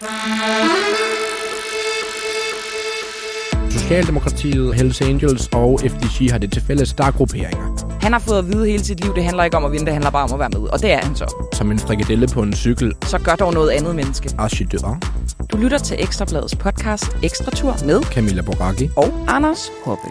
Socialdemokratiet, Hells Angels og FDG har det til fælles, der er grupperinger. Han har fået at vide hele sit liv, det handler ikke om at vinde, det handler bare om at være med. Og det er han så. Som en frikadelle på en cykel. Så gør dog noget andet menneske. Archidør. Du lytter til Ekstra Bladets podcast Ekstra Tur med Camilla Boracchi og Anders Hoppe.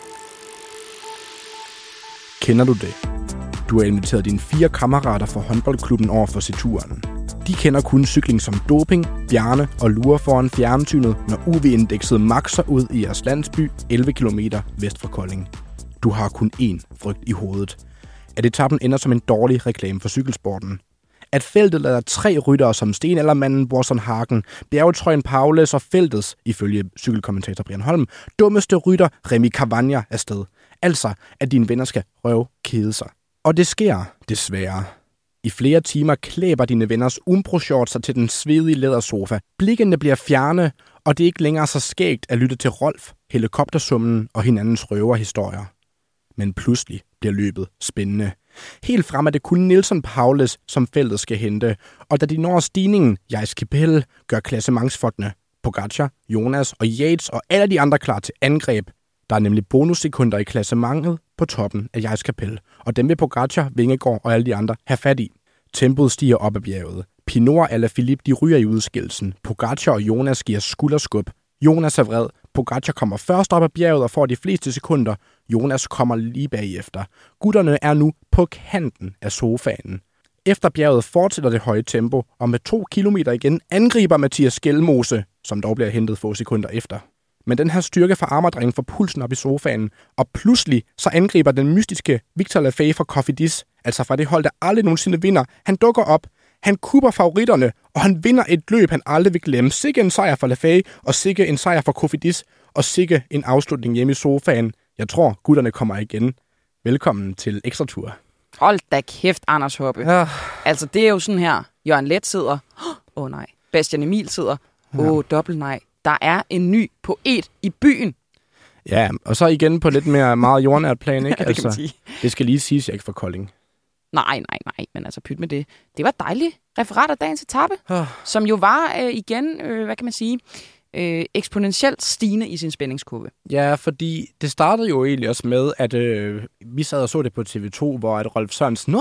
Kender du det? Du har inviteret dine 4 kammerater fra håndboldklubben over for turen. De kender kun cykling som doping, bjarne og lurer foran fjernsynet, når UV-indekset makser ud i jeres landsby 11 km vest for Kolding. Du har kun én frygt i hovedet. At etappen ender som en dårlig reklame for cykelsporten. At feltet lader 3 ryttere som stenaldermanden Borson Hagen, bjergetrøjen Paules og feltets, ifølge cykelkommentator Brian Holm, dummeste rytter Remy Cavagna afsted. Altså, at dine venner skal kede sig. Og det sker, desværre. I flere timer klæber dine venners Umbro-shorts sig til den svedige lædersofa. Blikkene bliver fjerne, og det er ikke længere så skægt at lytte til Rolf, helikoptersummen og hinandens røverhistorier. Men pludselig bliver løbet spændende. Helt frem er det kun Nilsson Paules, som feltet skal hente, og da de når stigningen, Jais-Capelle gør klassementsfolkene Pogačar, Jonas og Yates og alle de andre klar til angreb. Der er nemlig bonussekunder i klassementet på toppen af Jais-Capelle, og dem vil Pogačar, Vingegaard og alle de andre have fat i. Tempoet stiger op ad bjerget. Pinot og Alaphilippe de ryger i udskillelsen. Pogačar og Jonas giver skulderskub. Jonas er vred. Pogačar kommer først op ad bjerget og får de fleste sekunder. Jonas kommer lige bagefter. Gutterne er nu på kanten af sofaen. Efter bjerget fortsætter det høje tempo, og med 2 kilometer igen angriber Mathias Skelmose, som dog bliver hentet få sekunder efter. Men den her styrke fra armerdrengen får pulsen op i sofaen, og pludselig så angriber den mystiske Victor Lafay fra Cofidis, altså fra det hold, der aldrig nogensinde vinder. Han dukker op, han kupper favoritterne, og han vinder et løb, han aldrig vil glemme. Sikke en sejr for Lafay, og sikke en sejr for Cofidis, og sikke en afslutning hjemme i sofaen. Jeg tror, gutterne kommer igen. Velkommen til Ekstra Tur. Hold da kæft, Anders Hoppe. Ja. Altså, det er jo sådan her. Jørgen Let sidder. Nej. Bastian Emil sidder. Dobbelt nej. Der er en ny poet i byen. Ja, og så igen på lidt mere meget jordnært plan, ikke? Ja, det kan man sige. Det skal lige siges, jeg ikke fra Kolding. Nej, men altså pyt med det. Det var et dejligt referat af dagens etape, som jo var igen, hvad kan man sige, eksponentielt stigende i sin spændingskurve. Ja, fordi det startede jo egentlig også med, at vi sad og så det på TV2, hvor at Rolf Sørensen,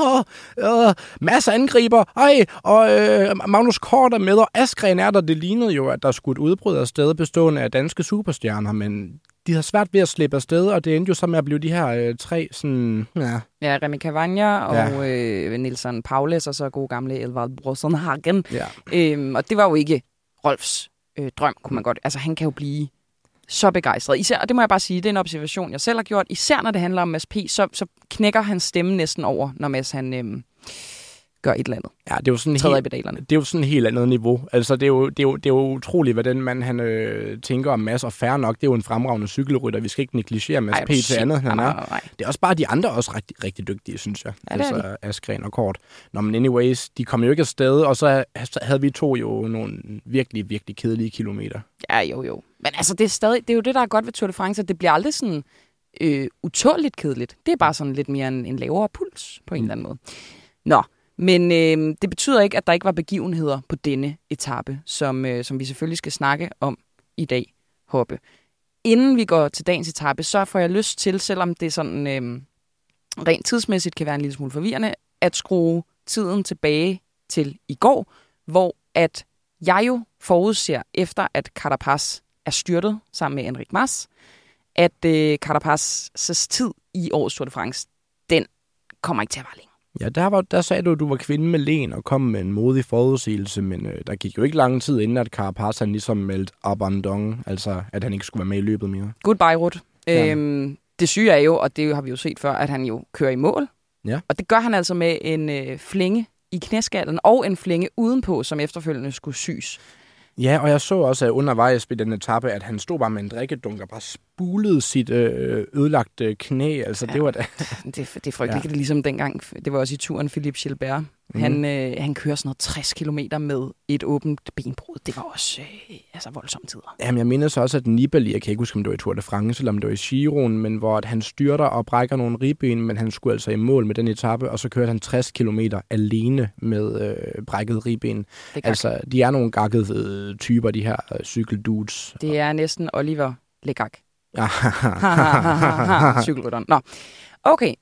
masser angriber, og Magnus Kort er med, og Askren er der. Det lignede jo, at der skulle et udbrud af sted bestående af danske superstjerner, men de har svært ved at slippe afsted, og det endte jo så med at blive de her 3 sådan... Ja, Remy Cavagna og Nilsson Paules, og så gode gamle Edvald Borson Hagen. Ja. Og det var jo ikke Rolfs drøm, kunne man godt... Altså, han kan jo blive så begejstret. Især, og det må jeg bare sige, det er en observation, jeg selv har gjort. Især når det handler om Mads P., så knækker hans stemme næsten over, når Mads han gør et eller andet. Ja, det er jo sådan træder i pedalerne. Det er jo sådan et helt andet niveau. Altså, det er jo utroligt, hvad den mand, han tænker om Mads, og fair nok, det er jo en fremragende cykelrytter. Vi skal ikke negligere Mads P. til andet, han er. Nej. Det er også bare de andre også rigtig, rigtig dygtige, synes jeg. Ja, altså, Askren og Kort. Nå, men anyways, de kom jo ikke afsted, og så havde vi 2 jo nogle virkelig, virkelig kedelige kilometer. Ja, jo. Men altså, det er jo det, der er godt ved Tour de France, at det bliver aldrig sådan utåligt kedeligt. Det er bare sådan lidt mere en lavere puls, på en eller anden måde. Nå. Men det betyder ikke, at der ikke var begivenheder på denne etape, som vi selvfølgelig skal snakke om i dag, Hoppe. Inden vi går til dagens etape, så får jeg lyst til, selvom det sådan rent tidsmæssigt kan være en lille smule forvirrende, at skrue tiden tilbage til i går, hvor at jeg jo forudser, efter at Carapaz er styrtet sammen med Enric Mas, at Carapaz' tid i årets Tour de France, den kommer ikke til at vare længe. Ja, der sagde du, at du var kvinde med len og kom med en modig forudsigelse, men der gik jo ikke lang tid inden, at Carapaz han ligesom meldte abandon, altså at han ikke skulle være med i løbet mere. Goodbye, Ruth. Ja. Det syge er jo, og det har vi jo set før, at han jo kører i mål. Ja. Og det gør han altså med en flænge i knæskallen og en flænge udenpå, som efterfølgende skulle sys. Ja, og jeg så også, at undervejs ved den etape, at han stod bare med en drikkedunk og bare bulede sit ødelagte knæ. Altså, det var da... Det er frygteligt. Det er ligesom dengang, det var også i turen Philippe Gilbert. Han kører sådan noget 60 kilometer med et åbent benbrud. Det var også voldsomme tider. Jamen, jeg mener så også, at Nibali, jeg kan ikke huske, om det var i Tour de France, eller om det var i Giroen, men hvor han styrter og brækker nogle ribben, men han skulle altså i mål med den etape, og så kørte han 60 kilometer alene med brækket ribben. Altså, de er nogle gakkede typer, de her cykeldudes. Det er næsten Oliver Legak. Cykelrytteren. Nå, okay.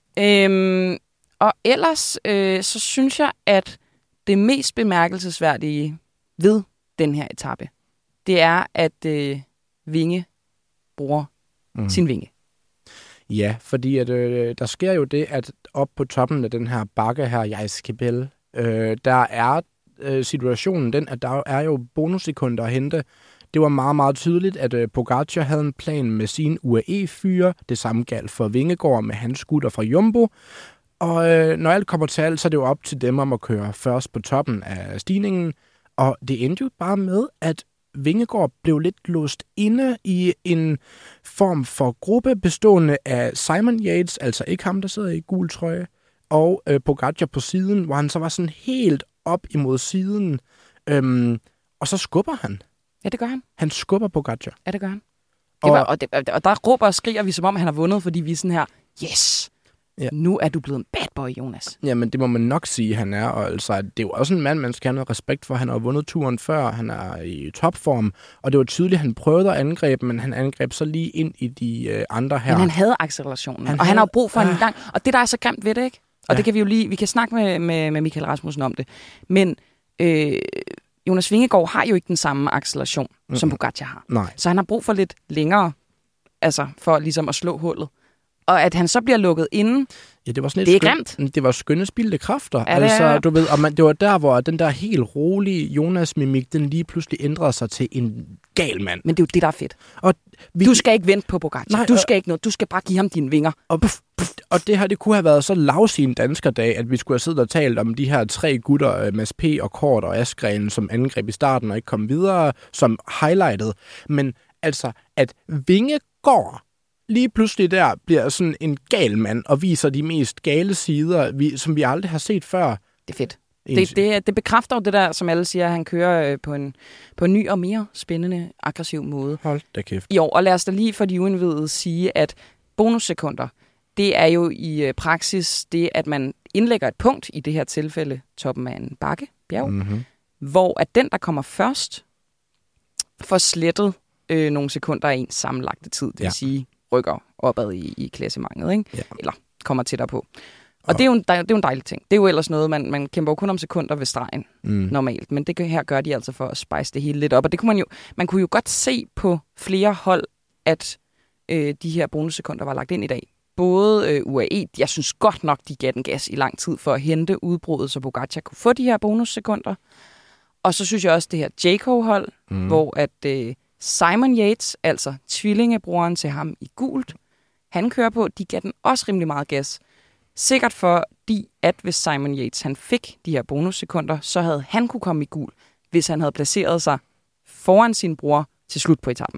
Og ellers, så synes jeg, at det mest bemærkelsesværdige ved den her etape, det er, at Vinge bruger sin vinge. Ja, fordi at, der sker jo det, at op på toppen af den her bakke her, Jaiskebel, der er situationen den, at der er jo bonussekunder at hente. Det var meget, meget tydeligt, at Pogacar havde en plan med sine UAE-fyre. Det samme galt for Vingegaard med hans gutter fra Jumbo. Og når alt kommer til alt, så er det jo op til dem om at køre først på toppen af stigningen. Og det endte jo bare med, at Vingegaard blev lidt låst inde i en form for gruppe bestående af Simon Yates, altså ikke ham, der sidder i gul trøje, og Pogacar på siden, hvor han så var sådan helt op imod siden. Og så skubber han. Ja, det gør han. Han skubber Pogacar. Ja, det gør han. Og der råber og skriger vi, som om han har vundet, fordi vi er sådan her, yes! Ja. Nu er du blevet en bad boy, Jonas. Jamen, det må man nok sige, han er. Og altså, det er jo også en mand, man skal have noget respekt for. Han har vundet turen før, han er i topform. Og det var tydeligt, at han prøvede at angribe, men han angreb så lige ind i de andre her. Men han havde accelerationen, han har jo brug for en lang... Og det, der er så grimt ved det, ikke? Og det kan vi jo lige... Vi kan snakke med Michael Rasmussen om det. Men Jonas Vingegaard har jo ikke den samme acceleration, som Pogacar har. Nej. Så han har brug for lidt længere, altså for ligesom at slå hullet. Og at han så bliver lukket inde, ja, det var sådan det er grimt. Det var skønne spildte kræfter. Ja, altså, du ved, og det var der, hvor den der helt rolige Jonas-mimik, den lige pludselig ændrede sig til en gal mand. Men det er jo det, der er fedt. Og du skal ikke vente på Pogacar. Nej, du skal ikke noget. Du skal bare give ham dine vinger. Og det kunne have været så lavsig danskerdag, at vi skulle have siddet og talt om de her 3 gutter, Mads P. og Kort og Askren, som angreb i starten og ikke kom videre, som highlightet. Men altså, at Vingegaard lige pludselig der bliver sådan en gal mand og viser de mest gale sider, som vi aldrig har set før. Det er fedt. Det bekræfter jo det der, som alle siger, at han kører på en ny og mere spændende, aggressiv måde. Hold da kæft. Jo, og lad os da lige for de uindvidede sige, at bonussekunder, det er jo i praksis det, at man indlægger et punkt, i det her tilfælde toppen af en bjerg, hvor at den, der kommer først, får slettet nogle sekunder af ens sammenlagte tid, det vil sige rykker opad i klassementet, ikke? Ja. Eller kommer tættere på. Og det er jo en dejlig ting. Det er jo ellers noget, man kæmper jo kun om sekunder ved stregen normalt, men det her gør de altså for at spice det hele lidt op. Og det kunne man kunne jo godt se på flere hold, at de her bonussekunder var lagt ind i dag. Både UAE, jeg synes godt nok, de gav den gas i lang tid for at hente udbruddet, så Pogacar kunne få de her bonussekunder. Og så synes jeg også, det her Jayco-hold, hvor at Simon Yates, altså tvillingebroren til ham i gult, han kører på, de gav den også rimelig meget gas. Sikkert fordi, at hvis Simon Yates han fik de her bonussekunder, så havde han kunne komme i gul, hvis han havde placeret sig foran sin bror til slut på etappen.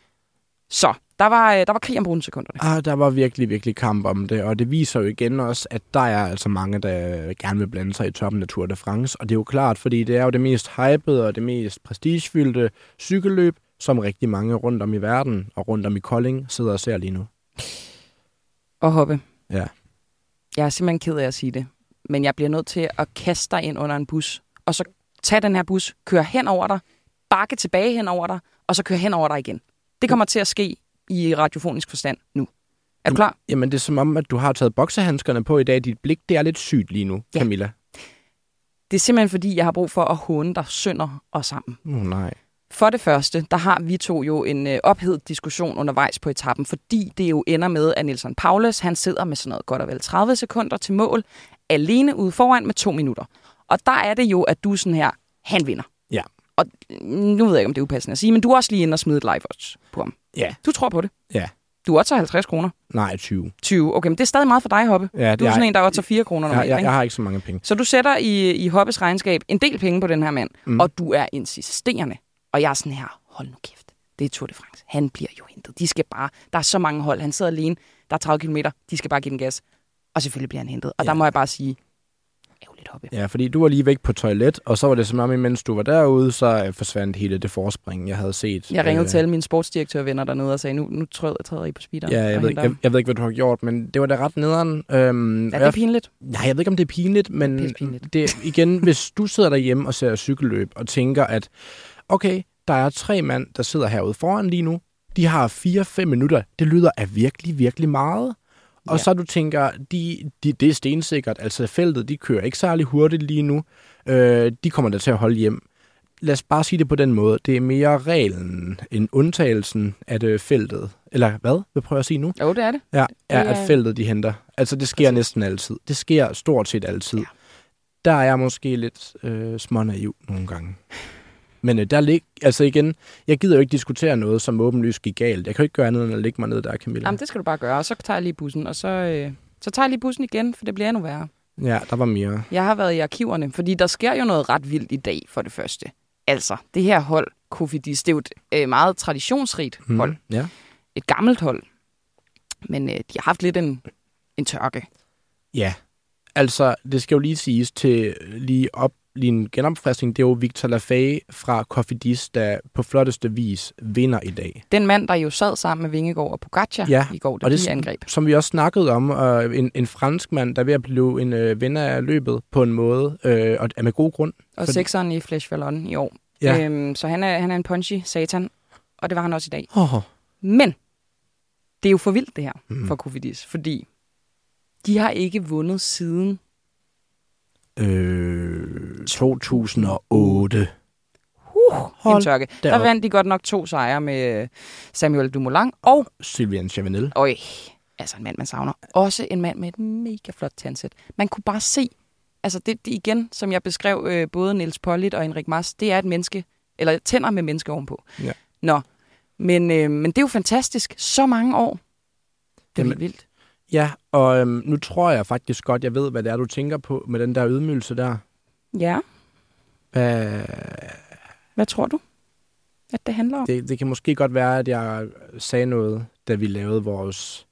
Så der var krig om bonussekunderne. Der var virkelig, virkelig kamp om det, og det viser jo igen også, at der er altså mange, der gerne vil blande sig i toppen af Tour de France. Og det er jo klart, fordi det er jo det mest hypede og det mest prestigefyldte cykelløb, som rigtig mange rundt om i verden og rundt om i Kolding sidder og ser lige nu. Og Hoppe. Ja. Jeg er simpelthen ked af at sige det, men jeg bliver nødt til at kaste dig ind under en bus, og så tage den her bus, køre hen over dig, bakke tilbage hen over dig, og så køre hen over dig igen. Det kommer til at ske i radiofonisk forstand nu. Er du klar? Jamen, det er som om, at du har taget boksehandskerne på i dag. Dit blik, det er lidt sygt lige nu, Camilla. Det er simpelthen, fordi jeg har brug for at håne dig sønder og sammen. Nej. For det første, der har vi to jo en ophedet diskussion undervejs på etappen, fordi det jo ender med, at Nelson Paulus, han sidder med sådan noget godt og vel 30 sekunder til mål, alene ude foran med 2 minutter. Og der er det jo, at du sådan her, han vinder. Ja. Og nu ved jeg ikke, om det er upassende at sige, men du er også lige inde og smide et live odds på ham. Ja. Du tror på det? Ja. Du oddser 50 kroner? Nej, 20. 20, okay, men det er stadig meget for dig, Hoppe. Ja, du er sådan en, der oddser 4 kroner normalt, jeg har ikke så mange penge. Så du sætter i Hoppes regnskab en del penge på den her mand, og du er insisterende. Og jeg er sådan her, hold nu kæft. det er Tour de France. Han bliver jo hentet. De skal bare, der er så mange hold. Han sidder alene. Der er 30 kilometer. De skal bare give den gas. Og selvfølgelig bliver han hentet. Og der må jeg bare sige, ærgerligt hoppe. Ja, fordi du var lige væk på toilet, og så var det som om, mens du var derude, så forsvandt hele det forspring, jeg havde set. Jeg ringede til alle mine sportsdirektørvenner dernede og sagde, nu træder I på speederen. Ja, jeg ved ikke, hvad du har gjort, men det var da ret nederen. Er det pinligt? Nej, jeg ved ikke, om det er pinligt, men det igen, hvis du sidder derhjemme og ser cykelløb og tænker, at okay, der er 3 mand, der sidder herude foran lige nu. De har 4-5 minutter. Det lyder af virkelig, virkelig meget. Og så du tænker, det er stensikkert. Altså feltet, de kører ikke særlig hurtigt lige nu. De kommer der til at holde hjem. Lad os bare sige det på den måde. Det er mere reglen end undtagelsen af det feltet. Eller hvad? Hvad prøver jeg at sige nu? Jo, det er det. Ja, at feltet de henter. Altså det sker næsten altid. Det sker stort set altid. Ja. Der er jeg måske lidt smånaiv nogle gange. Men altså igen, jeg gider jo ikke diskutere noget, som åbenlyst gik galt. Jeg kan jo ikke gøre andet end at lægge mig ned der, Camilla. Jamen, det skal du bare gøre, og så tager jeg lige bussen, og så tager jeg lige bussen igen, for det bliver endnu værre. Ja, der var mere. Jeg har været i arkiverne, fordi der sker jo noget ret vildt i dag, for det første. Altså, det her hold, Cofidis, det er jo et meget traditionsrigt hold. Ja. Et gammelt hold. Men de har haft lidt en tørke. Ja, altså, det skal jo lige siges til lige en genopfriskning, det er jo Victor Lafay fra Cofidis, der på flotteste vis vinder i dag. Den mand, der jo sad sammen med Vingegaard og Pogacar i går, det angreb. Som vi også snakkede om, en fransk mand, der er ved at blive en vinder af løbet på en måde, og er med god grund. Og sekseren i Flèche Wallonne i år. Ja. Så han er en punchy satan, og det var han også i dag. Men det er jo for vildt det her for Cofidis, fordi de har ikke vundet siden 2008. En tørke. Der vandt de godt nok 2 sejre med Samuel Dumoulin og Sylvain Chavanel. Altså en mand, man savner. Også en mand med et mega flot tandsæt. Man kunne bare se, altså det igen, som jeg beskrev både Niels Pollitt og Enric Mas, det er et menneske, eller tænder med menneske ovenpå. Ja. Nå, men det er jo fantastisk. Så mange år. Det er vildt. Ja, og nu tror jeg faktisk godt, jeg ved, hvad det er, du tænker på med den der ydmygelse der. Ja. Hvad tror du, at det handler om? Det kan måske godt være, at jeg sagde noget, da vi lavede vores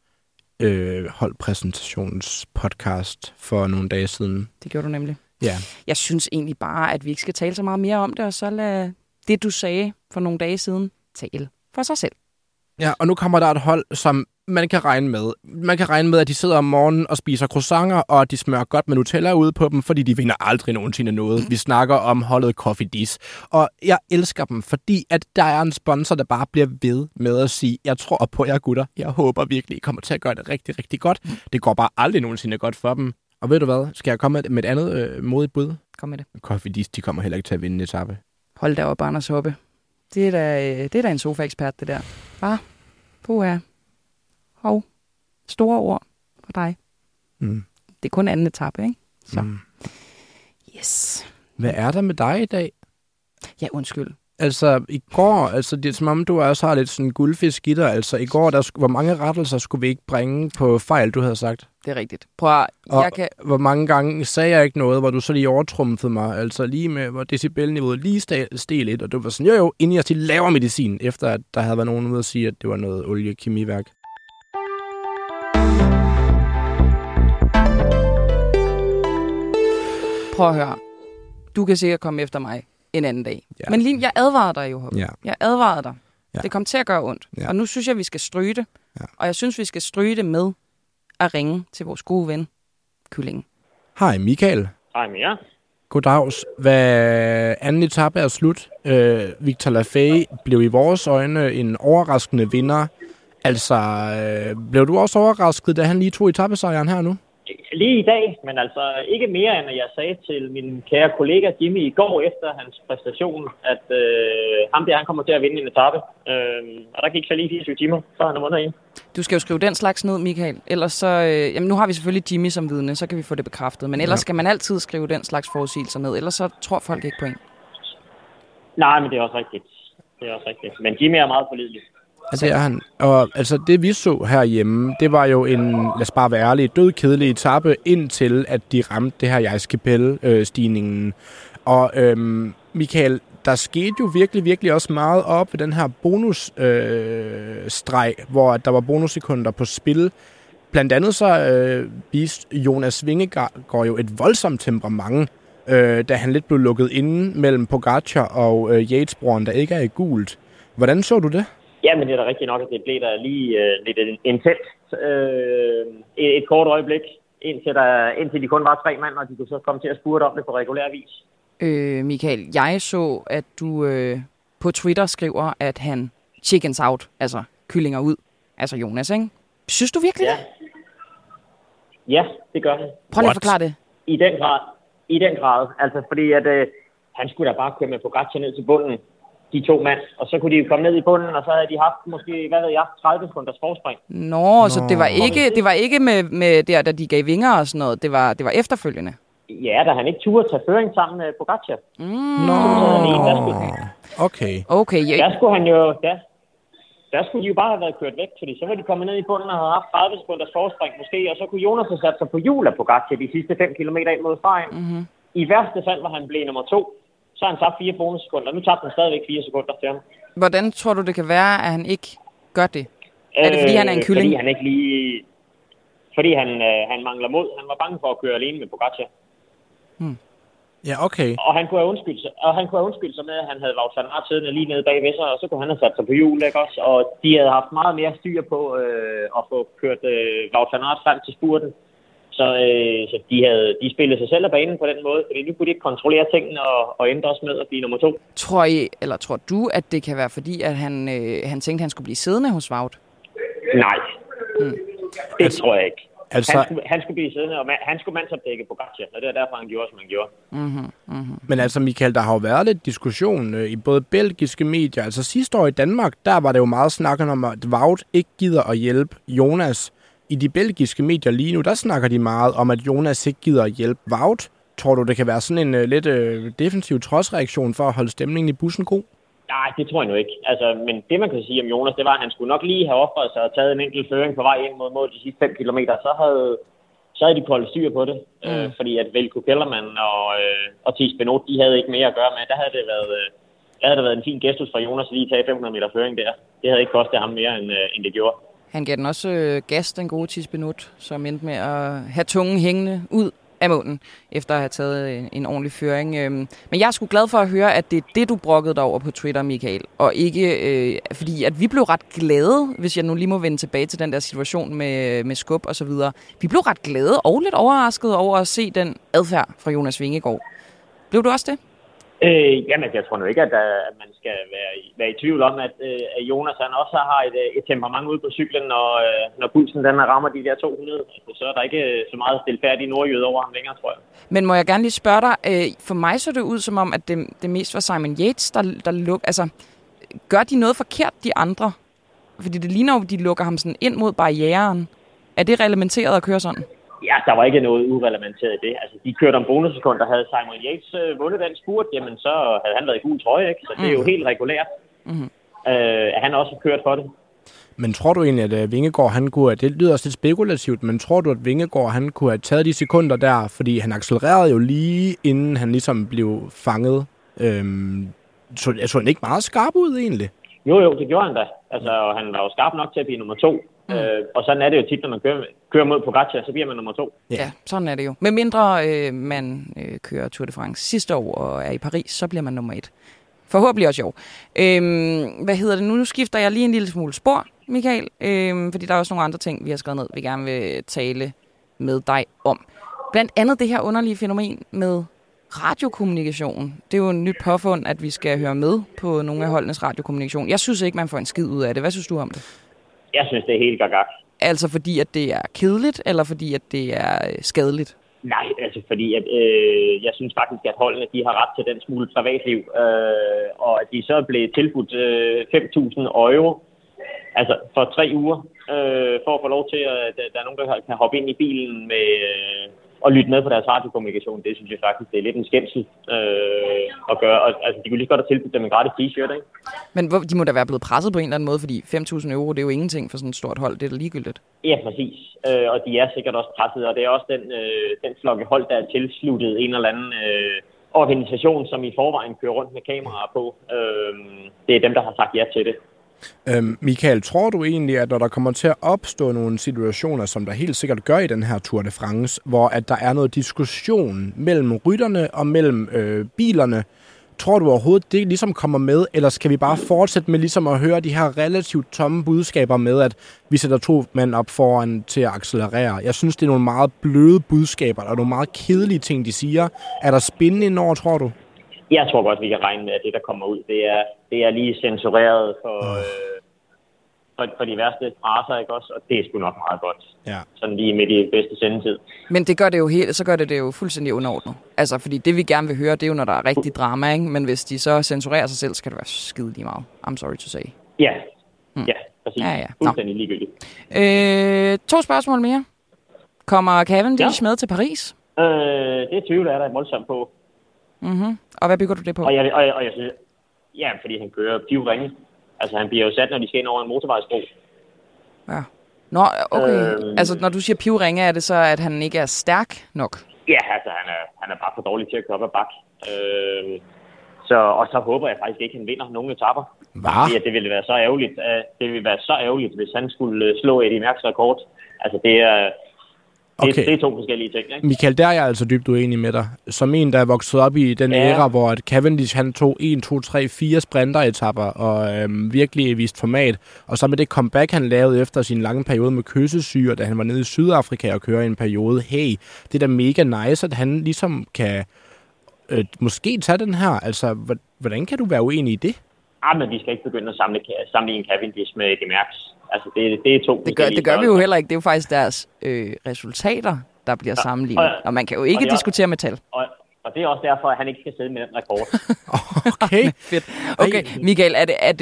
holdpræsentationspodcast for nogle dage siden. Det gjorde du nemlig. Ja. Jeg synes egentlig bare, at vi ikke skal tale så meget mere om det, og så lad det, du sagde for nogle dage siden, tale for sig selv. Ja, og nu kommer der et hold, som man kan regne med. Man kan regne med, at de sidder om morgenen og spiser croissanter, og at de smører godt med Nutella ude på dem, fordi de vinder aldrig nogensinde noget. Vi snakker om holdet Cofidis. Og jeg elsker dem, fordi at der er en sponsor, der bare bliver ved med at sige, jeg tror på jer gutter. Jeg håber virkelig, I kommer til at gøre det rigtig, rigtig godt. Det går bare aldrig nogensinde godt for dem. Og ved du hvad? Skal jeg komme med et andet modigt bud? Kom med det. Cofidis, de kommer heller ikke til at vinde en etape. Hold da op, Anders Hoppe. Det er da en sofa-ekspert, det der. Bare, puha. Hov, store ord for dig. Det er kun anden etape, ikke? Så. Yes. Hvad er der med dig i dag? Ja, undskyld. Altså, i går, det er som om, du også har lidt sådan guldfisk i dig. Altså, i går, hvor mange rettelser skulle vi ikke bringe på fejl, du havde sagt? Det er rigtigt. Prøv at, hvor mange gange sagde jeg ikke noget, hvor du så lige overtrumfede mig? Altså, lige med, hvor decibelniveauet lige steg lidt, og du var sådan, jo, inden jeg til laver medicin, efter at der havde været nogen ude at sige, at det var noget oliekemiværk. Prøv at høre. Du kan sikkert komme efter mig en anden dag. Ja. Men lige, jeg advarede dig jo, Hoppe. Ja. Jeg advarede dig. Ja. Det kom til at gøre ondt. Ja. Og nu synes jeg, vi skal stryge det. Ja. Og jeg synes, vi skal stryge det med at ringe til vores gode ven, Kyllingen. Hej, Michael. Hej, Mia. Goddags. Hvad anden etape er slut. Victor Lafay blev i vores øjne en overraskende vinder. Altså, blev du også overrasket, da han lige tog etapesejren her nu? Lige i dag, men altså ikke mere, end jeg sagde til min kære kollega Jimmy i går efter hans præstation, at han kommer til at vinde en etape. Og der gik så lige 24 timer, så han har vundet en. Du skal jo skrive den slags ned, Michael. Ellers så, nu har vi selvfølgelig Jimmy som vidne, så kan vi få det bekræftet. Men ellers skal man altid skrive den slags forudsigelser ned, ellers så tror folk ikke på en. Nej, men det er også rigtigt. Men Jimmy er meget pålidelig. Altså, det er han. Og altså, det vi så herhjemme, det var jo en, lad os bare være ærlige, dødkedelig etape, indtil at de ramte det her Jais Capelle-stigningen. Og Michael, der skete jo virkelig også meget op ved den her bonusstreg, hvor der var bonussekunder på spil. Blandt andet så viste Jonas Vingegaard jo et voldsomt temperament, da han lidt blev lukket inde mellem Pogačar og Yates-broren, der ikke er i gult. Hvordan så du det? Ja, men det er da rigtigt nok, at det blev der lige lidt intenst. Et kort øjeblik, indtil de kun var 3 mand, og de kunne så komme til at spurte om det på regulær vis. Michael, jeg så, at du på Twitter skriver, at han chickens out, altså kyllinger ud, altså Jonas, ikke? Synes du virkelig det? Ja, det gør han. Prøv lige at forklare det. I den grad. Altså, fordi at han skulle da bare køre med Pogačar ned til bunden, de 2 mand, og så kunne de jo komme ned i bunden, og så havde de haft måske, 30 sekunders forspring. Nå, så det var ikke med der, da de gav vinger og sådan noget, det var efterfølgende. Ja, da han ikke turde tage føring sammen med Pogačar. Okay. Der skulle de jo bare have været kørt væk, fordi så var de kommet ned i bunden og havde haft 30 sekunders forspring måske, og så kunne Jonas have sat sig på hjul af Pogačar de sidste 5 kilometer ind mod stregen. Mm-hmm. I værste fald var han blevet nummer 2. Så har han tabt 4 bonussekunder. Nu tabte han stadigvæk 4 sekunder til ham. Hvordan tror du, det kan være, at han ikke gør det? Er det, fordi han er en kylling? Fordi han mangler mod. Han var bange for at køre alene med Pogačar. Ja, okay. Og han kunne have undskyldt sig med, at han havde Wout van Aert siddende lige nede bagved sig, og så kunne han have sat sig på hjul, ikke også? Og de havde haft meget mere styr på at få kørt Wout van Aert frem til spurten. Så de spillede sig selv af banen på den måde, fordi nu kunne de ikke kontrollere tingene og endte også med at blive nummer 2. Tror du, at det kan være fordi, at han tænkte, at han skulle blive siddende hos Wout? Nej, det tror jeg ikke. Altså, han skulle blive siddende, og han skulle mandsopdække Pogačar, og det er derfor, han gjorde, som han gjorde. Men altså, Michael, der har jo været lidt diskussion i både belgiske medier. Altså sidste år i Danmark, der var det jo meget snakken om, at Wout ikke gider at hjælpe Jonas. I de belgiske medier lige nu, der snakker de meget om, at Jonas ikke gider at hjælpe Wout. Tror du, det kan være sådan en lidt defensiv trodsreaktion for at holde stemningen i bussen god? Nej, det tror jeg nu ikke. Altså, men det, man kan sige om Jonas, det var, at han skulle nok lige have offret sig og taget en enkelt føring på vej ind mod mål de sidste 5 kilometer. Så havde de koldt styr på det. Fordi at Velko Kellerman og Thies Benoit, de havde ikke mere at gøre med. Der havde det været en fin gestus fra Jonas at lige tage 500 meter føring der. Det havde ikke kostet ham mere, end det gjorde. Han gav den også gas, den gode Thies Benoit, som endte med at have tungen hængende ud af munden, efter at have taget en ordentlig føring. Men jeg er sgu glad for at høre, at det er det, du brokkede dig over på Twitter, Michael. Og ikke, fordi at vi blev ret glade, hvis jeg nu lige må vende tilbage til den der situation med skub og så videre. Vi blev ret glade og lidt overraskede over at se den adfærd fra Jonas Vingegaard. Blev du også det? Jamen, jeg tror nu ikke, at man skal være i tvivl om, at Jonas han også har et temperament ude på cyklen, når pulsen den rammer de der 200. Så er der ikke så meget stilfærdig nordjyde over ham længere, tror jeg. Men må jeg gerne lige spørge dig, for mig så det ud som om, at det mest var Simon Yates, der lukker. Altså, gør de noget forkert, de andre? Fordi det ligner jo, at de lukker ham sådan ind mod barrieren. Er det reglementeret at køre sådan? Ja, der var ikke noget ureglementeret i det. Altså, de kørte om bonussekunder. Havde Simon Yates vundet den spurt, jamen så havde han været i gul trøje, ikke? Så det er jo helt regulært. At han også kørt for det. Men tror du egentlig, at Vingegaard, han kunne, det lyder også lidt spekulativt, men tror du, at Vingegaard, han kunne have taget de sekunder der, fordi han accelererede jo lige, inden han ligesom blev fanget. Så han ikke meget skarp ud egentlig? Jo, det gjorde han da. Altså, han var jo skarp nok til at blive nummer 2. Og sådan er det jo tit, når man kører mod Pogačar, så bliver man nummer 2. Ja, sådan er det jo. Med mindre man kører Tour de France sidste år og er i Paris, så bliver man nummer 1. Forhåbentlig også jo. Hvad hedder det nu? Nu skifter jeg lige en lille smule spor, Michael, fordi der er også nogle andre ting, vi har skrevet ned, vi gerne vil tale med dig om. Blandt andet det her underlige fænomen med radiokommunikation. Det er jo en nyt påfund, at vi skal høre med på nogle af holdenes radiokommunikation. Jeg synes ikke, man får en skid ud af det. Hvad synes du om det? Jeg synes, det er helt gagak. Altså fordi, at det er kedeligt, eller fordi, at det er skadeligt? Nej, altså fordi, at jeg synes faktisk, at holdene de har ret til den smule privatliv, og at de så er blevet tilbudt 5.000 euro, altså for 3 uger, for at få lov til, at der er nogen, der kan hoppe ind i bilen med og lytte med på deres radiokommunikation. Det synes jeg faktisk, det er lidt en skændsel at gøre. Og, altså, de kunne lige godt have tilbudt dem en gratis t-shirt, ikke? Men de må da være blevet presset på en eller anden måde, fordi 5.000 euro, det er jo ingenting for sådan et stort hold. Det er da ligegyldigt. Ja, præcis. Og de er sikkert også presset, og det er også den flokke hold, der er tilsluttet en eller anden organisation, som i forvejen kører rundt med kameraer på. Det er dem, der har sagt ja til det. Michael, tror du egentlig, at når der kommer til at opstå nogle situationer, som der helt sikkert gør i den her Tour de France, hvor at der er noget diskussion mellem rytterne og mellem bilerne, tror du overhovedet, det ligesom kommer med, eller skal vi bare fortsætte med ligesom at høre de her relativt tomme budskaber med, at vi sætter 2 mænd op foran til at accelerere? Jeg synes, det er nogle meget bløde budskaber, og nogle meget kedelige ting, de siger. Er der spændende indover, tror du? Jeg tror godt, vi kan regne med, at det, der kommer ud, det er lige censureret for de værste fraser, ikke også? Og det er sgu nok meget godt. Ja. Sådan lige midt i bedste sendetid. Men det gør det jo så gør det jo fuldstændig underordnet. Altså, fordi det, vi gerne vil høre, det er jo, når der er rigtig drama, ikke? Men hvis de så censurerer sig selv, så kan det være skide lige meget. I'm sorry to say. Ja, ja, præcis. Ja. Fuldstændig ligegyldigt. 2 spørgsmål mere. Kommer Cavendish med til Paris? Det tvivler jeg da voldsomt på. Mm-hmm. Og hvad bygger du det på? Og jeg synes, ja, fordi han kører pivringe. Altså, han bliver jo sat, når de skal ind over en motorvejsbro. Ja. Nå, okay. Altså, når du siger pivringe, er det så, at han ikke er stærk nok? Ja, altså, han er bare for dårlig til at køre op ad bak. Og så håber jeg faktisk ikke, at han vinder nogen etaper. Hvad? Ja, det ville være så ærgerligt. Det ville være så ærgerligt, hvis han skulle slå Eddie Merckx rekord. Altså, det er... Okay. Det er 2 forskellige ting, ikke? Michael, der er jeg altså dybt uenig med dig. Som en, der er vokset op i den æra, hvor Cavendish han tog 1, 2, 3, 4 sprinteretapper og virkelig vist format. Og så med det comeback, han lavede efter sin lange periode med kyssesyge, da han var nede i Sydafrika og køre i en periode. Hey, det er da mega nice, at han ligesom kan måske tage den her. Altså, hvordan kan du være uenig i det? Men vi skal ikke begynde at sammenligne Cavendish med Eddie Merckx. Altså, det er 2 det gør vi jo heller ikke. Det er jo faktisk deres resultater, der bliver sammenlignet. Og man kan jo ikke diskutere med tal. Og det er også derfor, at han ikke skal sidde med den rekord. Okay. Fedt. Okay, Michael,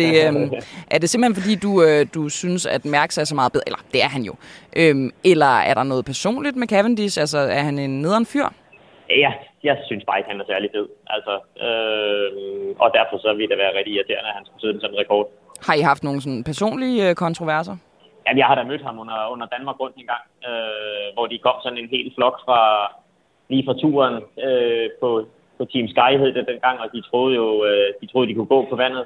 er det simpelthen fordi, du synes, at Merckx er så meget bedre? Eller, det er han jo. Eller er der noget personligt med Cavendish? Altså, er han en nederen fyr? Ja, jeg synes bare ikke, han er særlig fed. Altså, og derfor så vil det være rigtig irriterende, at han skulle sidde med sådan en rekord. Har I haft nogle sådan personlige kontroverser? Jamen, jeg har da mødt ham under Danmark rundt en gang, hvor de kom sådan en hel flok lige fra turen på Team Sky hed det dengang, og de troede de kunne gå på vandet.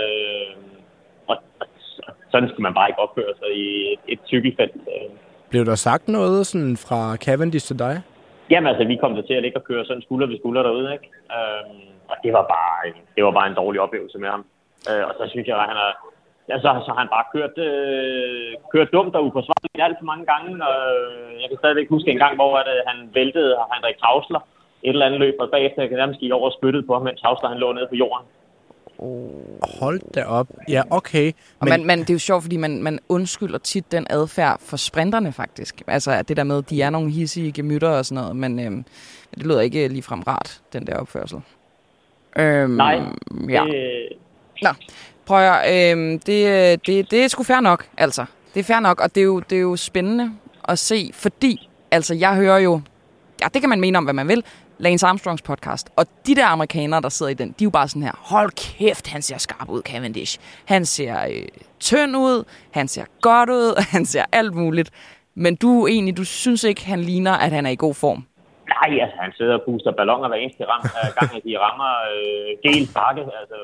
Og sådan skulle man bare ikke opføre sig i et cykelfelt. Blev der sagt noget sådan fra Cavendish til dig? Jamen altså, vi kom til at ligge og køre sådan skulder ved skulder derude, ikke? Og det var bare en dårlig oplevelse med ham. Og så synes jeg, at så har han bare kørt dumt og uforsvarligt alt for mange gange. Jeg kan stadigvæk huske en gang, hvor han væltede Henrik Hausler et eller andet løb, og bagefter jeg kan nærmest gik over og spyttede på ham, mens Hausler han lå nede på jorden. Hold da op. Ja, okay. Men det er jo sjovt, fordi man undskylder tit den adfærd for sprinterne faktisk. Altså det der med, at de er nogle hissige gemytter og sådan noget, men det lyder ikke ligefrem rart, den der opførsel. Nej. Ja. Nå, prøv at det er sgu fair nok, altså. Det er fair nok, og det er jo spændende at se, fordi altså jeg hører jo, ja, det kan man mene om, hvad man vil, Lance Armstrongs podcast. Og de der amerikanere, der sidder i den, de er jo bare sådan her, hold kæft, han ser skarp ud, Cavendish. Han ser tynd ud, han ser godt ud, han ser alt muligt. Men du synes ikke, han ligner, at han er i god form? Nej, altså han sidder og puster balloner hver eneste gang, at de rammer gel bakke.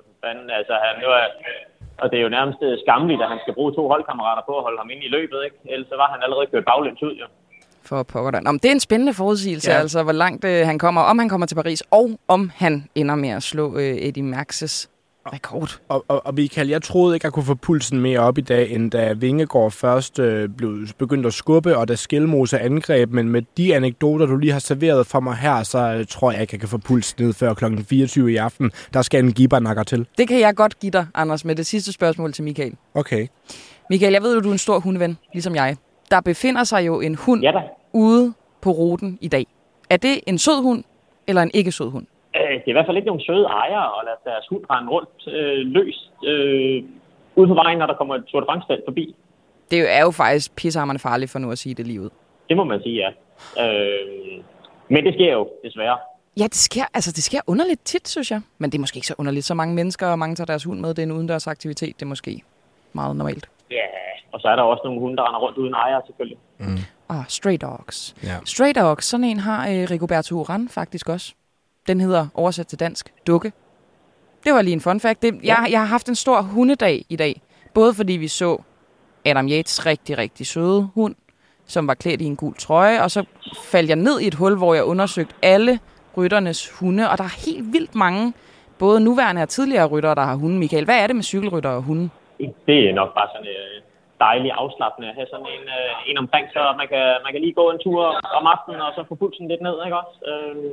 Og det er jo nærmest skamligt, at han skal bruge 2 holdkammerater på at holde ham inde i løbet, ikke? Ellers så var han allerede kørt baglæns ud, jo. For pokker da. Det er en spændende forudsigelse, altså hvor langt han kommer, om han kommer til Paris, og om han ender med at slå Eddie Merckx' rekord. Og Michael, jeg troede ikke, jeg kunne få pulsen mere op i dag, end da Vingegaard først blev begyndt at skubbe, og da Skelmose angreb, men med de anekdoter, du lige har serveret for mig her, så tror jeg ikke, jeg kan få pulsen ned før kl. 24 i aften. Der skal en gibbernakker til. Det kan jeg godt give dig, Anders, med det sidste spørgsmål til Michael. Okay. Michael, jeg ved jo, du er en stor hundeven, ligesom jeg. Der befinder sig jo en hund ude på ruten i dag. Er det en sød hund, eller en ikke sød hund? Det er i hvert fald ikke nogen søde ejere, og lade deres hund rende rundt løst ude på vejen, når der kommer et Tour de France-felt forbi. Det er jo faktisk pissehammerende farligt, for nu at sige det lige ud. Det må man sige, ja. Men det sker jo, desværre. Ja, det sker underligt tit, synes jeg. Men det er måske ikke så underligt. Så mange mennesker, og mange tager deres hund med. Det er en udendørs aktivitet. Det er måske meget normalt. Ja, og så er der også nogle hunde, der render rundt uden ejere, selvfølgelig. Stray dogs. Yeah. Stray dogs, sådan en har Rigoberto Urán faktisk også. Den hedder, oversat til dansk, dukke. Det var lige en fun fact. Jeg har haft en stor hundedag i dag. Både fordi vi så Adam Yates rigtig, rigtig søde hund, som var klædt i en gul trøje, og så faldt jeg ned i et hul, hvor jeg undersøgte alle rytternes hunde, og der er helt vildt mange, både nuværende og tidligere ryttere, der har hunde. Michael, hvad er det med cykelrytter og hunde? Det er nok bare sådan dejligt afslappende at have sådan en omkring, så man kan lige gå en tur om aftenen, og så få pulsen lidt ned, ikke også?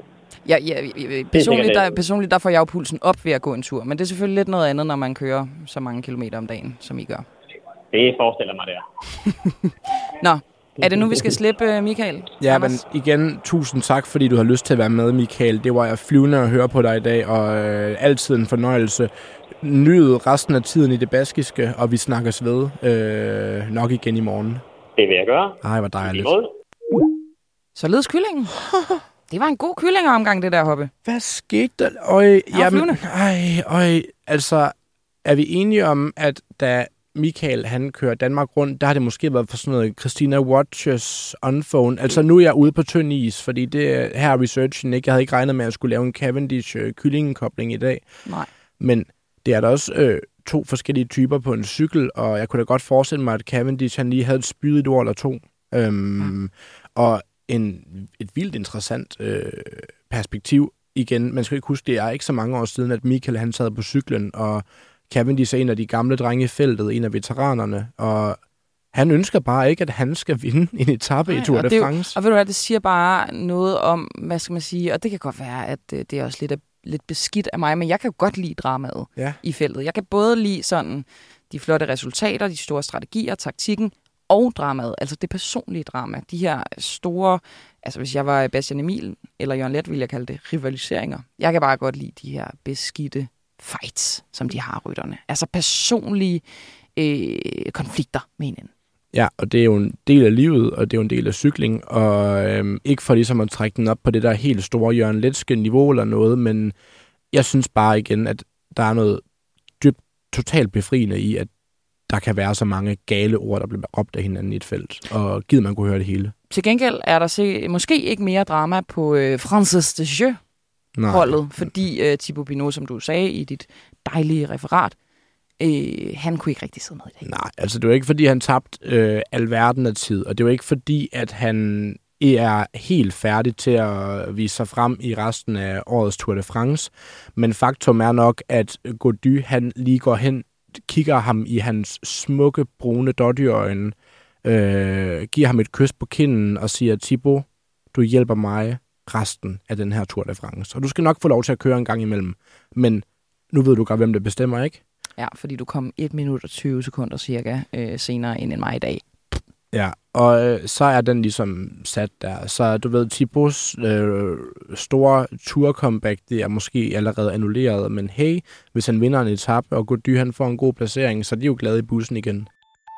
Personligt der får jeg jo pulsen op ved at gå en tur, men det er selvfølgelig lidt noget andet, når man kører så mange kilometer om dagen, som I gør. Det forestiller mig, det er. Nå, er det nu, vi skal slippe, Michael? Ja, Anders? men igen, tusind tak, fordi du har lyst til at være med, Michael. Det var jeg flyvende at høre på dig i dag, og altid en fornøjelse. Nyd resten af tiden i det baskiske, og vi snakkes ved nok igen i morgen. Det vil jeg gøre. Ej, hvor dejligt. Således kyllingen. Det var en god kyllingeomgang, det der, Hoppe. Hvad skete der? Altså, er vi enige om, at da Michael, han kører Danmark rundt, der har det måske været for sådan noget Christina Watches on phone. Altså, nu er jeg ude på tynd is, fordi det her er researchen, ikke? Jeg havde ikke regnet med, at jeg skulle lave en Cavendish-kyllingekobling i dag. Nej. Men det er der også 2 forskellige typer på en cykel, og jeg kunne da godt forestille mig, at Cavendish, han lige havde et spydigt ord eller 2. Og et vildt interessant perspektiv igen. Man skal ikke huske, det er ikke så mange år siden, at Michael, han sad på cyklen, og Cavendish er en af de gamle drenge i feltet, en af veteranerne, og han ønsker bare ikke, at han skal vinde en etape i Tour de France. Og ved du hvad, det siger bare noget om, hvad skal man sige, og det kan godt være, at det er også lidt beskidt af mig, men jeg kan jo godt lide dramaet i feltet. Jeg kan både lide sådan de flotte resultater, de store strategier, taktikken og dramaet, altså det personlige drama. De her store, altså hvis jeg var Bastian Emil eller Jørgen Leth, ville jeg kalde det rivaliseringer. Jeg kan bare godt lide de her beskidte fights, som de har, rytterne. Altså personlige konflikter med hinanden. Ja, og det er jo en del af livet, og det er jo en del af cykling, og ikke for ligesom at trække den op på det der helt store Jørgen Lethske niveau eller noget, men jeg synes bare igen, at der er noget dybt totalt befriende i, at der kan være så mange gale ord, der bliver råbt af hinanden i et felt, og gider man kunne høre det hele. Til gengæld er der måske ikke mere drama på Frances de Jeux-holdet, fordi Thibaut Pinot, som du sagde i dit dejlige referat, han kunne ikke rigtig sidde med i dag. Nej, altså det var ikke, fordi han tabte alverden af tid, og det var ikke fordi, at han er helt færdig til at vise sig frem i resten af årets Tour de France, men faktum er nok, at Gaudu, han lige går hen, kigger ham i hans smukke, brune dådyrøjne, giver ham et kys på kinden og siger, Thibaut, du hjælper mig resten af den her Tour de France. Og du skal nok få lov til at køre en gang imellem, men nu ved du godt, hvem det bestemmer, ikke? Ja, fordi du kom 1 minut og 20 sekunder cirka senere end mig i dag. Ja, og så er den ligesom sat der. Så du ved, Thibauts store tour-comeback, det er måske allerede annulleret, men hey, hvis han vinder en etape, og Gaudu han får en god placering, så er de jo glade i bussen igen.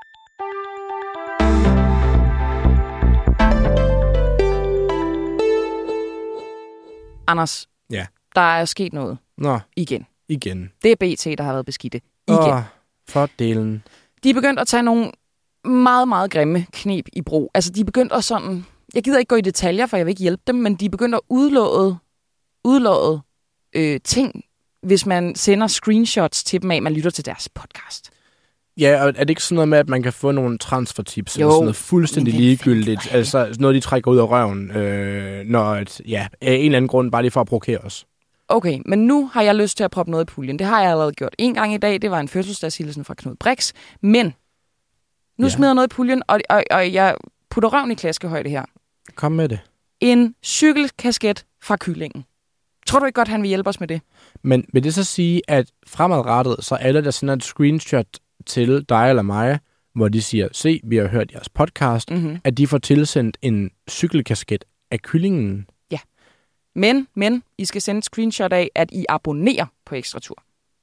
Anders, ja. Der er sket noget. Nå. Igen. Det er BT, der har været beskidte. Igen. For delen. De er begyndt at tage nogle meget, meget grimme knep i brug. Altså, de er begyndt at sådan... Jeg gider ikke gå i detaljer, for jeg vil ikke hjælpe dem, men de er begyndt at udlåde ting, hvis man sender screenshots til dem af, man lytter til deres podcast. Ja, og er det ikke sådan noget med, at man kan få nogle transfertips, eller sådan noget fuldstændig ligegyldigt, altså noget, de trækker ud af røven, når af en eller anden grund, bare lige for at provokere os? Okay, men nu har jeg lyst til at proppe noget i puljen. Det har jeg allerede gjort en gang i dag. Det var en fødselsdagshilsen fra Knud Brix. Men nu smider jeg noget i puljen, og jeg putter røven i klaskehøjde her. Kom med det. En cykelkasket fra kyllingen. Tror du ikke godt, han vil hjælpe os med det? Men vil det så sige, at fremadrettet, så alle, der sender et screenshot til dig eller mig, hvor de siger, se, vi har hørt jeres podcast, at de får tilsendt en cykelkasket af kyllingen? Ja. Men I skal sende et screenshot af, at I abonnerer på Ekstratur.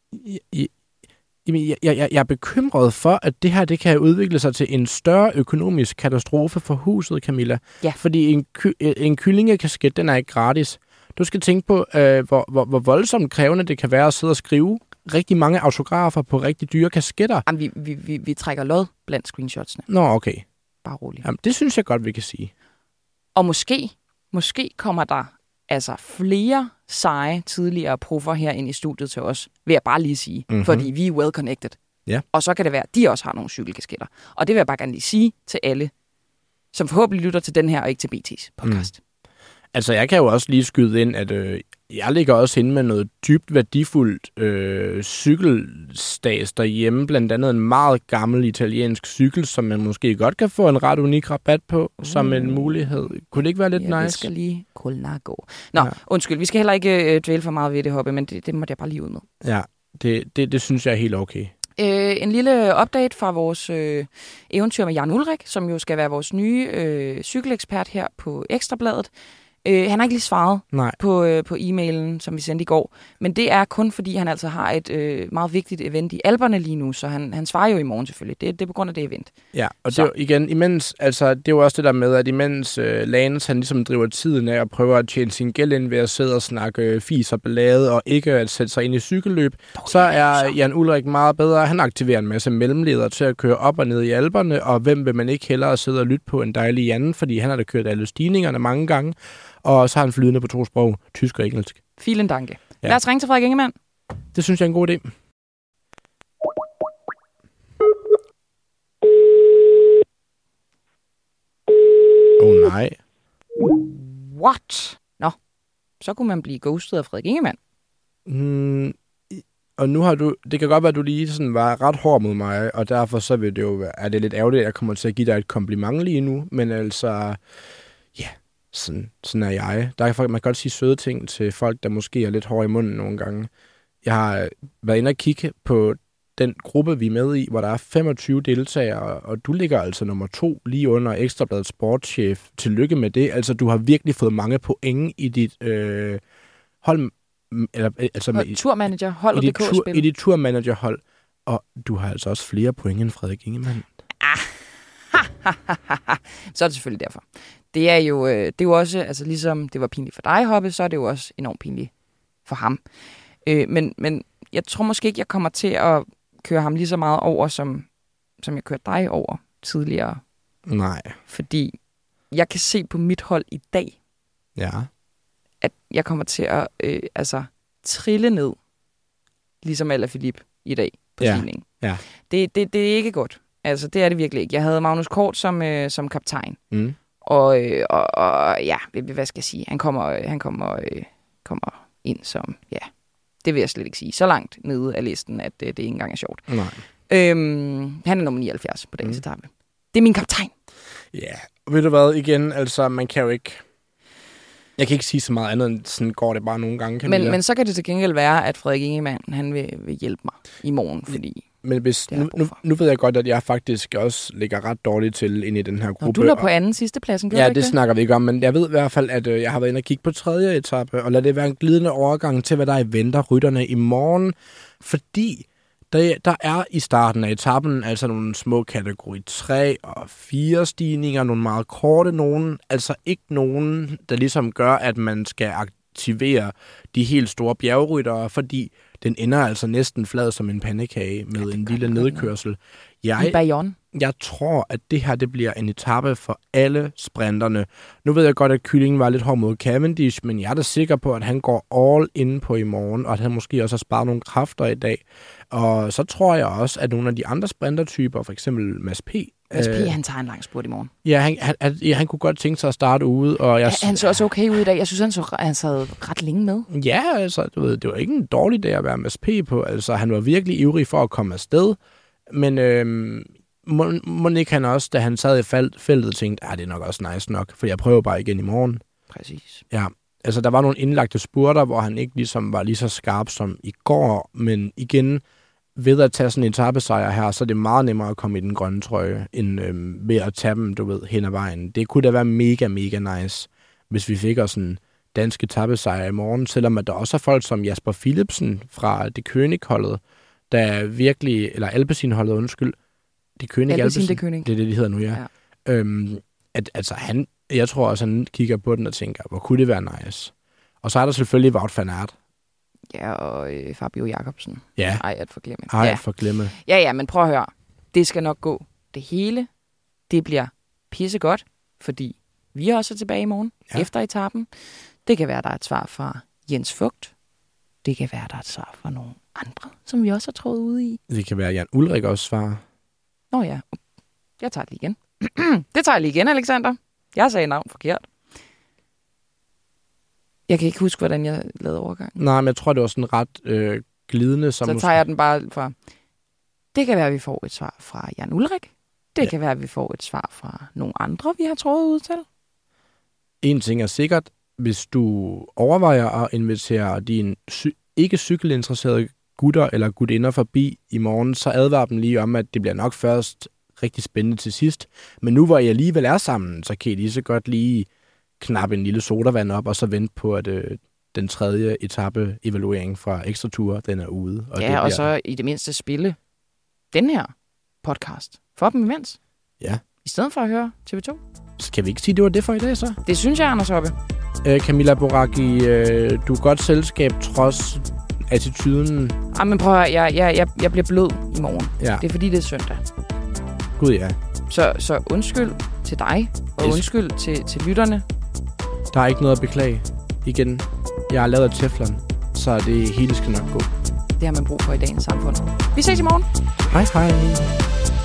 Jeg er bekymret for, at det her det kan udvikle sig til en større økonomisk katastrofe for huset, Camilla. Ja. Fordi en kyllingekasket, den er ikke gratis. Du skal tænke på, hvor voldsomt krævende det kan være at sidde og skrive rigtig mange autografer på rigtig dyre kasketter. Jamen, vi trækker lod blandt screenshotsene. Nå, okay. Bare roligt. Jamen, det synes jeg godt, vi kan sige. Og måske kommer der altså flere seje tidligere proffer herinde i studiet til os, vil jeg bare lige sige, fordi vi er well connected. Ja. Og så kan det være, at de også har nogle cykelkasketter. Og det vil jeg bare gerne lige sige til alle, som forhåbentlig lytter til den her, og ikke til BT's podcast. Altså, jeg kan jo også lige skyde ind, at jeg ligger også inde med noget dybt værdifuldt cykelstas derhjemme. Blandt andet en meget gammel italiensk cykel, som man måske godt kan få en ret unik rabat på, som en mulighed. Kunne det ikke være lidt nice? Jeg skal lige Colnago. Nå, undskyld, vi skal heller ikke dvæle for meget ved det, Hoppe, men det måtte jeg bare lige ud med. Ja, det synes jeg er helt okay. En lille update fra vores eventyr med Jan Ulrik, som jo skal være vores nye cykelekspert her på Ekstrabladet. Han har ikke lige svaret på e-mailen, som vi sendte i går, men det er kun fordi, han altså har et meget vigtigt event i Alperne lige nu, så han svarer jo i morgen selvfølgelig. Det er på grund af det event. Ja, og det er jo igen, imens, altså det er jo også det der med, at imens Lance, han ligesom driver tiden af og prøver at tjene sin gæld ind ved at sidde og snakke fis og ballade og ikke at sætte sig ind i cykelløb, så er Jan Ulrik meget bedre. Han aktiverer en masse mellemledere til at køre op og ned i Alperne, og hvem vil man ikke hellere sidde og lytte på en dejlig Jan, fordi han har da kørt alle stigningerne mange gange. Og så har han flydende på 2 sprog, tysk og engelsk. Vielen danke. Ja. Lad os ringe til Frederik Ingemann. Det synes jeg er en god idé. Nej. What? Nå, så kunne man blive ghostet af Frederik Ingemann. Og nu har du, det kan godt være, at du lige sådan var ret hård mod mig, og derfor så vil det jo være, er det lidt ærgerligt, at jeg kommer til at give dig et kompliment lige nu, men altså, ja. Sådan er jeg. Man kan godt sige søde ting til folk, der måske er lidt hårde i munden nogle gange. Jeg har været inde og kigge på den gruppe, vi er med i, hvor der er 25 deltagere, og du ligger altså nummer 2 lige under Ekstrabladets sportschef. Tillykke med det. Altså, du har virkelig fået mange point i dit hold. Turmanager, hold i dit turmanagerhold. Og du har altså også flere point end Frederik Ingemann. Så er det selvfølgelig derfor. Det er jo også, altså ligesom det var pinligt for dig, Hoppe, så er det jo også enormt pinligt for ham. Men jeg tror måske ikke, jeg kommer til at køre ham lige så meget over, som jeg kørte dig over tidligere. Nej. Fordi jeg kan se på mit hold i dag, at jeg kommer til at trille ned, ligesom Alaphilippe i dag på stigningen. Ja. Det er ikke godt. Altså, det er det virkelig ikke. Jeg havde Magnus Kort som kaptajn. Og ja, hvad skal jeg sige? Han kommer ind som, det vil jeg slet ikke sige, så langt nede af listen, at det ikke engang er sjovt. Nej. Han er nummer 79 på dagens etape. Det er min kaptajn. Ja, ved du hvad, igen, altså, man kan jo ikke... Jeg kan ikke sige så meget andet, end sådan går det bare nogle gange. Men så kan det til gengæld være, at Frederik Ingemann, han vil hjælpe mig i morgen, fordi... Men hvis, nu ved jeg godt, at jeg faktisk også ligger ret dårligt til ind i den her gruppe. Og du lå på anden sidste pladsen, gjorde du ikke det? Snakker vi ikke om, men jeg ved i hvert fald, at jeg har været inde og kigge på 3. etape, og lad det være en glidende overgang til, hvad der venter rytterne i morgen, fordi der er i starten af etappen altså nogle små kategori 3 og 4 stigninger, nogle meget korte nogen, altså ikke nogen, der ligesom gør, at man skal aktivere de helt store bjergryttere, fordi den ender altså næsten flad som en pandekage med en lille nedkørsel. Jeg tror, at det her det bliver en etape for alle sprinterne. Nu ved jeg godt, at Kyllingen var lidt hård mod Cavendish, men jeg er da sikker på, at han går all in på i morgen, og at han måske også har sparet nogle kræfter i dag. Og så tror jeg også, at nogle af de andre sprintertyper, for eksempel Mads P. Han tager en lang spurt i morgen. Ja, han kunne godt tænke sig at starte ude. Og han så også okay ud i dag. Jeg synes, han sad ret længe med. Ja, altså, du ved, det var ikke en dårlig dag at være Mads P. på. Altså, han var virkelig ivrig for at komme afsted. Men må ikke han også, da han sad i feltet, tænkte, det er nok også nice nok, for jeg prøver bare igen i morgen. Præcis. Ja, altså der var nogle indlagte spurter, hvor han ikke ligesom var lige så skarp som i går, men igen, ved at tage sådan en etapesejr her, så er det meget nemmere at komme i den grønne trøje, end ved at tage dem, du ved, hen ad vejen. Det kunne da være mega, mega nice, hvis vi fik os en dansk etapesejr i morgen, selvom at der også er folk som Jasper Philipsen fra det König-holdet, der virkelig, eller Alpecin-holdet, undskyld, det König, Alpecin. Det er det, de hedder nu, ja. Altså jeg tror også, han kigger på den og tænker, hvor kunne det være nice. Og så er der selvfølgelig Wout van Aert. Ja, og Fabio Jacobsen. Ja. Ej, at forglemme. Ja, men prøv at høre. Det skal nok gå. Det hele, det bliver pissegodt, fordi vi er også tilbage i morgen, efter etappen. Det kan være, der er et svar fra Jens Fugt. Det kan være, der er et svar fra nogle andre, som vi også har trådt ude i. Det kan være, Jan Ulrik også svarer. Nå ja, jeg tager det lige igen. Det tager jeg lige igen, Alexander. Jeg sagde navn forkert. Jeg kan ikke huske, hvordan jeg lavede overgangen. Nej, men jeg tror, det var sådan ret glidende. Så tager jeg den bare fra... Det kan være, at vi får et svar fra Jan Ulrik. Det kan være, at vi får et svar fra nogle andre, vi har trådet ud til. En ting er sikkert, hvis du overvejer at invitere dine ikke cykelinteresserede gutter eller gutinder forbi i morgen, så advar dem lige om, at det bliver nok først rigtig spændende til sidst. Men nu hvor I alligevel er sammen, så kan I lige så godt lige knappe en lille sodavand op, og så vente på, at den tredje etape evaluering fra Ekstra Tour, den er ude. Og og så i det mindste spille den her podcast for dem imens. Ja. I stedet for at høre TV2. Så kan vi ikke sige, det var det for i dag, så? Det synes jeg, Anders Hoppe. Camilla Boracchi, du er godt selskab trods attituden. Men prøv at høre, jeg bliver blød i morgen. Ja. Det er fordi, det er søndag. Gud ja. Så undskyld til dig, og undskyld til lytterne. Der er ikke noget at beklage. Igen, jeg har lavet af teflon, så det hele skal nok gå. Det har man brug for i dagens samfund. Vi ses i morgen. Hej hej.